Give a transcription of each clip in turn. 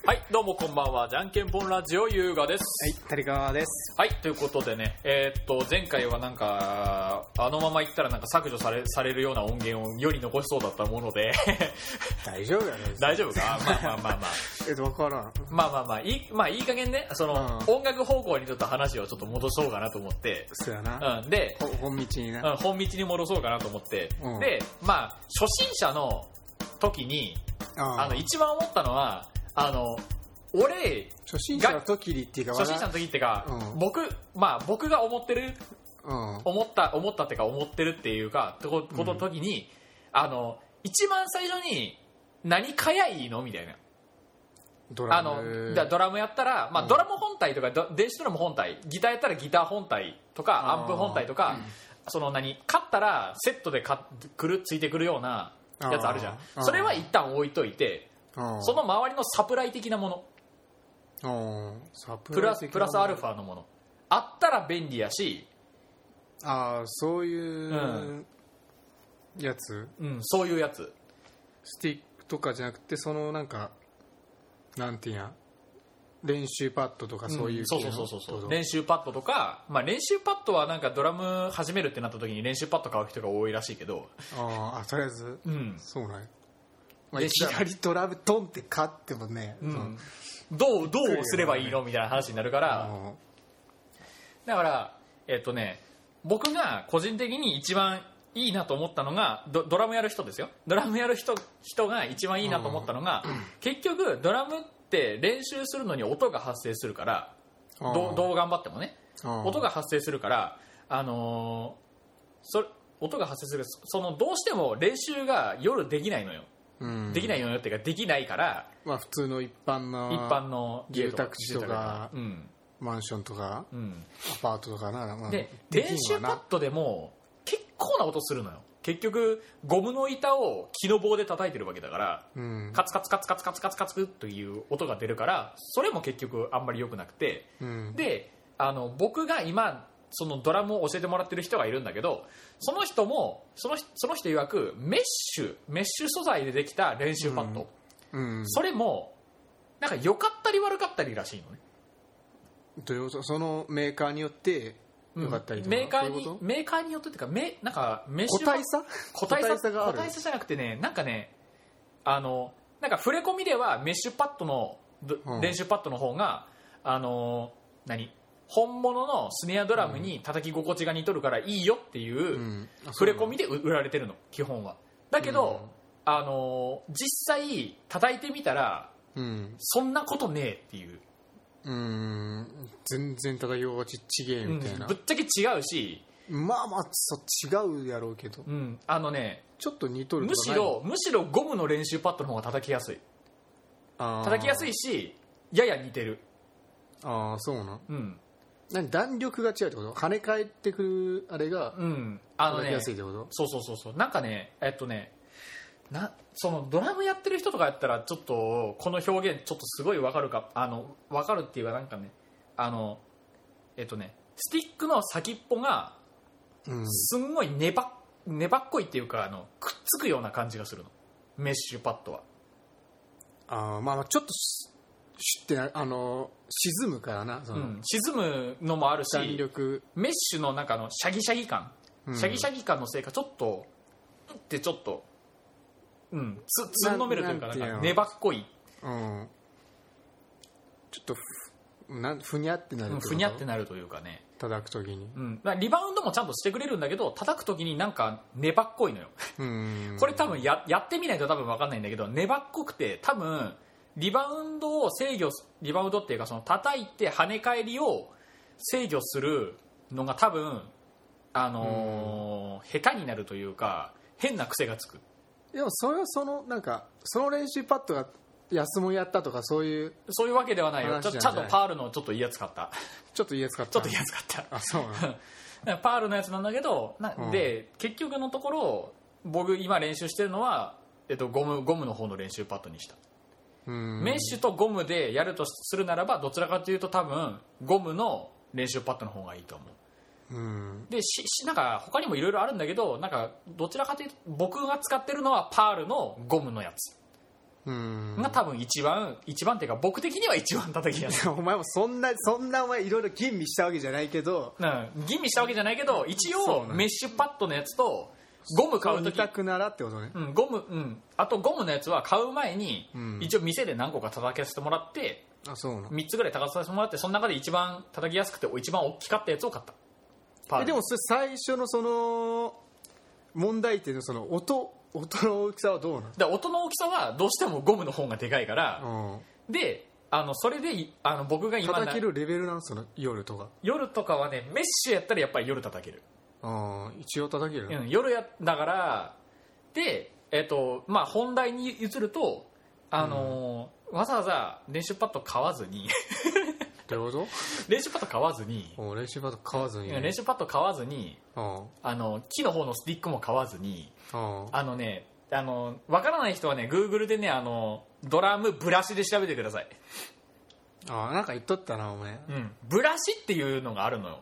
はい、どうもこんばんは。じゃんけんぽんラジオ優雅です。 はい、谷川です。 はい、ということでね、前回はなんかあのまま言ったらなんか削除されるような音源を世に残しそうだったもので大丈夫やね。 大丈夫か？まあ分からん。 まあいい加減ね、その、音楽方向にちょっと話をちょっと戻そうかなと思って。 そうやな。 で、 本道にな。 本道に戻そうかなと思って。で、まあ初心者の時に一番思ったのは。俺初心者の時っていうか、 僕が思ってる、思ったっていうか思ってるっていうかことの時に、一番最初に何買やいいのみたいな。ドラムやったら、ドラム本体とか電子ドラム本体、ギターやったらギター本体とかアンプ本体とか、その買ったらセットでついてくるようなやつあるじゃん。それは一旦置いといて、その周りのサプライ的なもの、プラスアルファのものあったら便利やし、 そういうやつ、 そういうやつ、 スティックとかじゃなくて、そのなんていうんや、練習パッドとかそういう系の、 そう練習パッドとか、練習パッドはなんかドラム始めるってなった時に練習パッド買う人が多いらしいけど、 とりあえず、そうなんや。 いきなりドラムトンって買ってもね、 どうすればいいのみたいな話になるから、だから僕が個人的に一番いいなと思ったのがドラムやる人ですよ。ドラムやる人が一番いいなと思ったのが、結局ドラムって練習するのに音が発生するから、どう頑張ってもね、音が発生するから、音が発生する、どうしても練習が夜できないのよ。できないよっていうか、できないから、 普通の一般の住宅地とか、マンションとか、アパートとかな、 で練習パッドでも結構な音するのよ。結局ゴムの板を木の棒で叩いてるわけだから、カツカツカツカツカツカツカツという音が出るから、それも結局あんまり良くなくて、で僕が今そのドラムを教えてもらってる人がいるんだけど、その人曰くメッシュ素材でできた練習パッド、それもなんか良かったり悪かったりらしいのね。 そのメーカーによって良かったりとか、 メーカーによってっていうか、なんかメッシュ個体差がある。個体差じゃなくてね、なんか触れ込みではメッシュパッドの練習パッドの方が本物のスネアドラムに叩き心地が似とるからいいよっていう触れ込みで売られてるの、基本は。だけど、実際叩いてみたら、そんなことねえっていう、 全然叩き心地ちげえみたいな、 ぶっちゃけ違うし、 違うやろうけど、 ちょっと似とるとかない。むしろゴムの練習パッドの方が叩きやすいし、やや似てる。 そうなん。弾力が違うってこと？跳ね返ってくるあれが叩きやすいってこと？ そうなんかそのドラムやってる人とかやったらちょっとこの表現ちょっとすごい分かるっていうか、スティックの先っぽがすんごい粘っこいっていうか、くっつくような感じがするの、メッシュパッドは。 ちょっとシュッて沈むからな、 沈むのもあるし、 弾力、 メッシュの中のシャギシャギ感、のせいかちょっとつんのめるというか、粘っこい、 ちょっとふにゃってなるというかね、 叩くときに、 リバウンドもちゃんとしてくれるんだけど、叩くときになんか粘っこいのよこれ多分やってみないと多分分かんないんだけど、粘っこくて、多分リバウンドっていうか、その叩いて跳ね返りを制御するのが多分下手になるというか、変な癖がつく。 でもそれはその練習パッドが安物やったとかそういうわけではないよ。ちゃんとパールのちょっといいやつ買った。 そうなのパールのやつなんだけど、で結局のところ僕今練習してるのは、ゴムの方の練習パッドにした。メッシュとゴムでやるとするならば、どちらかというと多分ゴムの練習パッドの方がいいと思う。でなんか他にもいろいろあるんだけど、なんかどちらかというと僕が使ってるのはパールのゴムのやつが多分一番っていうか僕的には一番叩きやすい。 お前もそんなお前いろいろ吟味したわけじゃないけど、 吟味したわけじゃないけど一応メッシュパッドのやつとゴム買うとき、 見たくならってことね。 あとゴムのやつは買う前に、一応店で何個か叩かせてもらって、 そうな 3つぐらい叩かせてもらって、その中で一番叩きやすくて一番大きかったやつを買った。 でもそれ最初のその問題点のその音の大きさはどうなの？ だ音の大きさはどうしてもゴムの方がでかいから、でそれで僕が今叩けるレベルなんその夜とかはね、メッシュやったらやっぱり夜叩ける。 一応叩ける、 夜だからで、まあ本題に移るとわざわざ練習パッド買わずにどういうこと？ 練習パッド買わずに練習パッド買わずに木の方のスティックも買わずにわからない人はね Google でねドラムブラシで調べてください。 なんか言っとったなお前。 ブラシっていうのがあるのよ。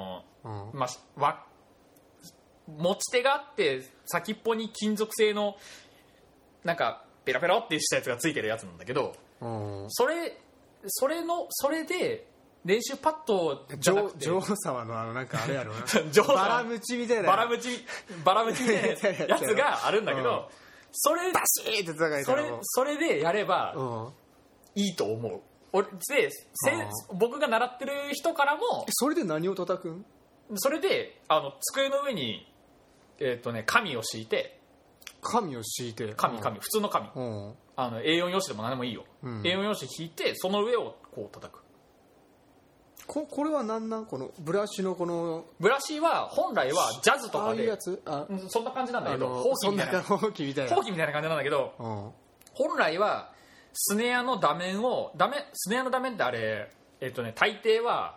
持ち手があって先っぽに金属製のなんかペラペラってしたやつがついてるやつなんだけど、それで練習パッドじゃなくて女王様のなんかあれやろなバラムチみたいなバラムチみたいなやつがあるんだけど、それバシーって叩いたらそれでやればいいと思う。で僕が習ってる人からもそれで何を叩くん？ それで机の上に紙を敷いて紙普通の紙、A4 用紙でも何でもいいよ、A4 用紙引いてその上をこう叩く。 これは何なんこのブラシのこのブラシは本来はジャズとかでああいうやつそんな感じなんだけどほうきみたいな感じなんだけど、本来はスネアの打面ってあれ大抵は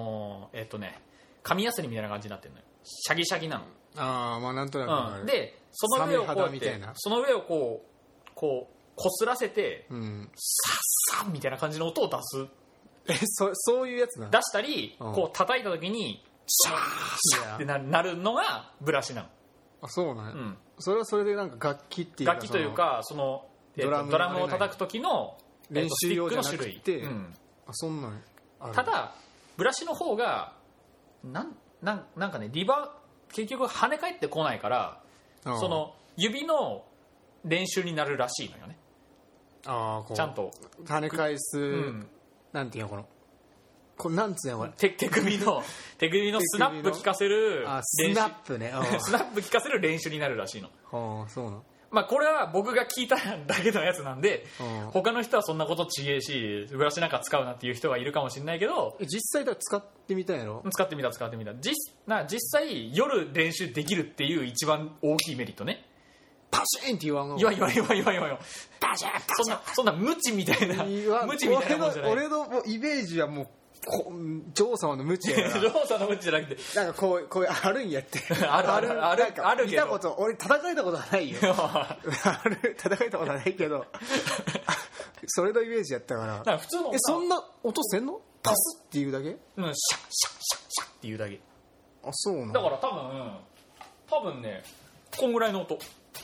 紙やすりみたいな感じになってるのよ。シャギシャギなの。 まあなんとなく、 でその上をこうやってその上をこすらせて、サッサッみたいな感じの音を出す。 そういうやつなの？ 出したり、こう叩いた時にシャーシャーってなるのがブラシなの。 そうなんや、それはそれでなんか楽器というかそのドラムを叩く時の練習用じゃなくて、 スティックの種類、 そんなんただブラシの方がなんかね結局跳ね返ってこないから、その指の練習になるらしいのよね。ちゃんと跳ね返す、なんていうのこれなんつうのこれ手首のスナップ効かせるスナップねスナップ効かせる練習になるらしいの。 そうなの。 まあこれは僕が聞いただけのやつなんで、他の人はそんなことちげえしブラシなんか使うなっていう人がいるかもしれないけど、 実際だ使ってみたんやろ？ 使ってみた実際夜練習できるっていう一番大きいメリットね。 パシーンって言わんの？ 言わんパシーンそんな無知みたいなもんじゃない。 俺のイメージはもう女王様の無知やから女王様の無知じゃなくてなんかこうあるんやってあるけど見たこと俺叩いたことはないよ叩いたことはないけどそれのイメージやったから普通のそんな音せんの？パスっていうだけ？ シャッシャッシャッシャッっていうだけ。 そうなの？ だから多分ねこんぐらいの音。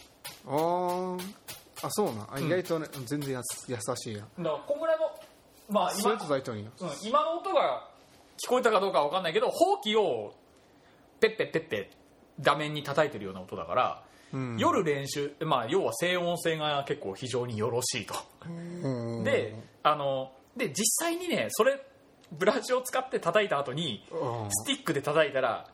そうな、意外とね全然優しいやん。 だからこんぐらいのそれと大統領今の音が聞こえたかどうかは分かんないけど、ほうきをペッペッペッペッ画面に叩いてるような音だから、夜練習、要は静音性が結構非常によろしいと。で実際にねそれブラシを使って叩いた後にスティックで叩いたら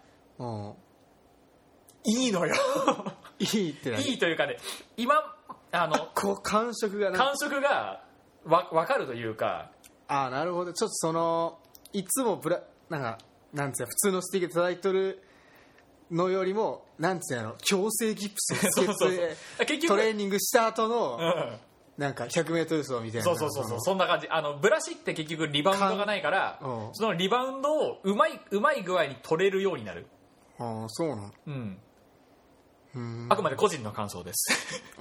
いいのよいいというかね、今感触が分かるというか。 なるほど。ちょっとそのいつもなんつうの普通のスティックで叩いとるのよりもなんつうの矯正ギプスをつけてトレーニングした後のなんか 100m 走みたいな。 そんな感じ。ブラシって結局リバウンドがないからそのリバウンドをうまい具合に取れるようになる。 そうなの。 あくまで個人の感想です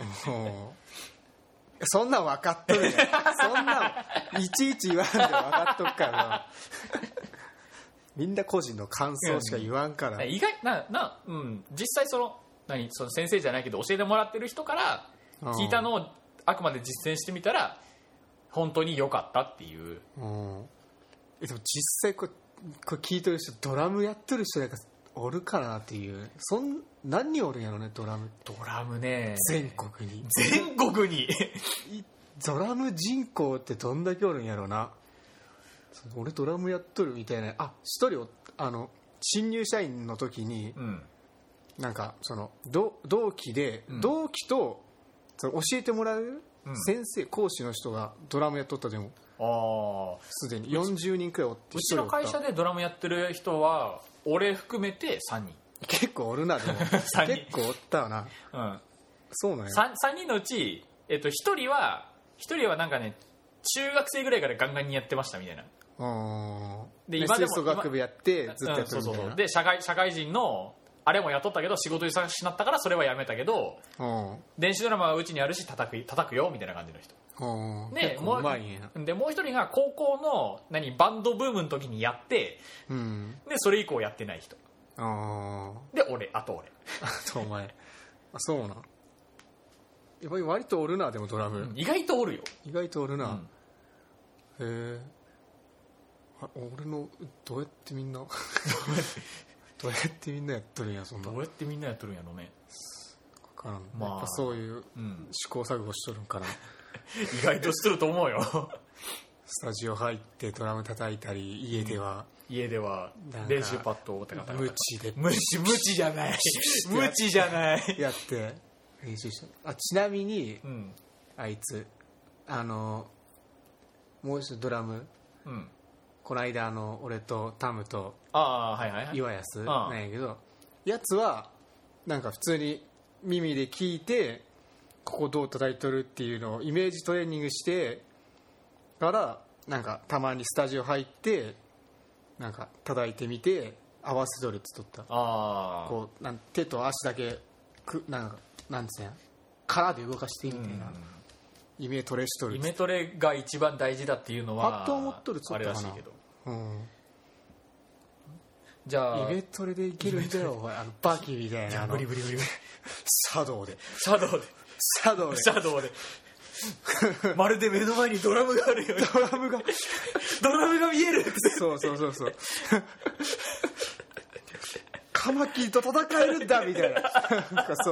そんなん分かっとるやんそんなんいちいち言わんで分かっとくからなみんな個人の感想しか言わんから、 意外実際その先生じゃないけど教えてもらってる人から聞いたのをあくまで実践してみたら本当に良かったっていう。 でも実際これ聞いてる人ドラムやってる人なんかおるかなっていう。何人おるんやろねドラムね、 全国にドラム人口ってどんだけおるんやろな。俺ドラムやっとるみたいな。一人新入社員の時に、なんかその同期で、同期とその教えてもらう先生、講師の人がドラムやっとった。でもすでに40人くらいおって、 うちの会社でドラムやってる人は俺含めて3人。 結構おるな。でも結構おったよな。そうなんや。 3人のうち、1人はなんかね、中学生ぐらいからガンガンにやってましたみたいな。 で今でも吹奏楽部やってずっとやってるみたいな。 そうで社会人のあれも雇ったけど仕事忙しくなったからそれはやめたけど、電子ドラマはうちにあるし叩くよみたいな感じの人で、もう一人が高校のバンドブームの時にやって、でそれ以降やってない人で、あとお前そうなん。やっぱり割とおるな。でもドラム、 意外とおるよ。 意外とおるな。へえ。俺のどうやってみんなやっとるんや。そんなどうやってみんなやっとるんやろね。 分からん。やっぱそういう試行錯誤しとるんかな。 意外としとると思うよ。 スタジオ入ってドラム叩いたり、家では練習パッドを無知じゃない無知じゃないやって練習した。ちなみに、あいつもう一度ドラム、この間俺とタムと岩安なんやけど、やつはなんか普通に耳で聞いてここどう叩いとるっていうのをイメージトレーニングしてからなんかたまにスタジオ入ってなんか叩いてみて合わせとるって言っとった。こう手と足だけなんつうや殻で動かしてみたいな、イメトレしとる。 イメトレが一番大事だっていうのはパッと思っとる。 あれらしいけど、 じゃあイメトレでいけるんだよ。バキみたいなブリシャドウでまるで目の前にドラムがあるようにドラムが見える。 そうカマキリと戦えるんだみたいななんか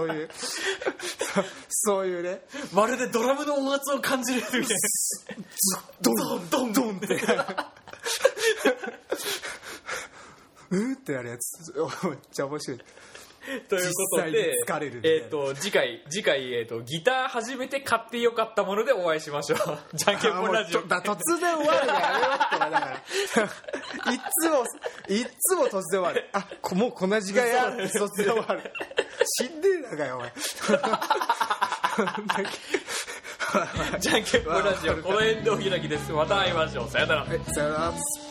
そういうね、 まるでドラムの音圧を感じるみたいな。ドンってってやるやつめっちゃ面白い。 ということで、次回ギター始めて買ってよかったものでお会いしましょう。じゃんけんぽんラジオ。 突然終わるのやめろってだからいつも突然終わる。もうこんな時間やって突然終わる。死んでるのかよお前。 じゃんけんぽんラジオこの辺でお開きです。また会いましょう。さよなら。 さよなら。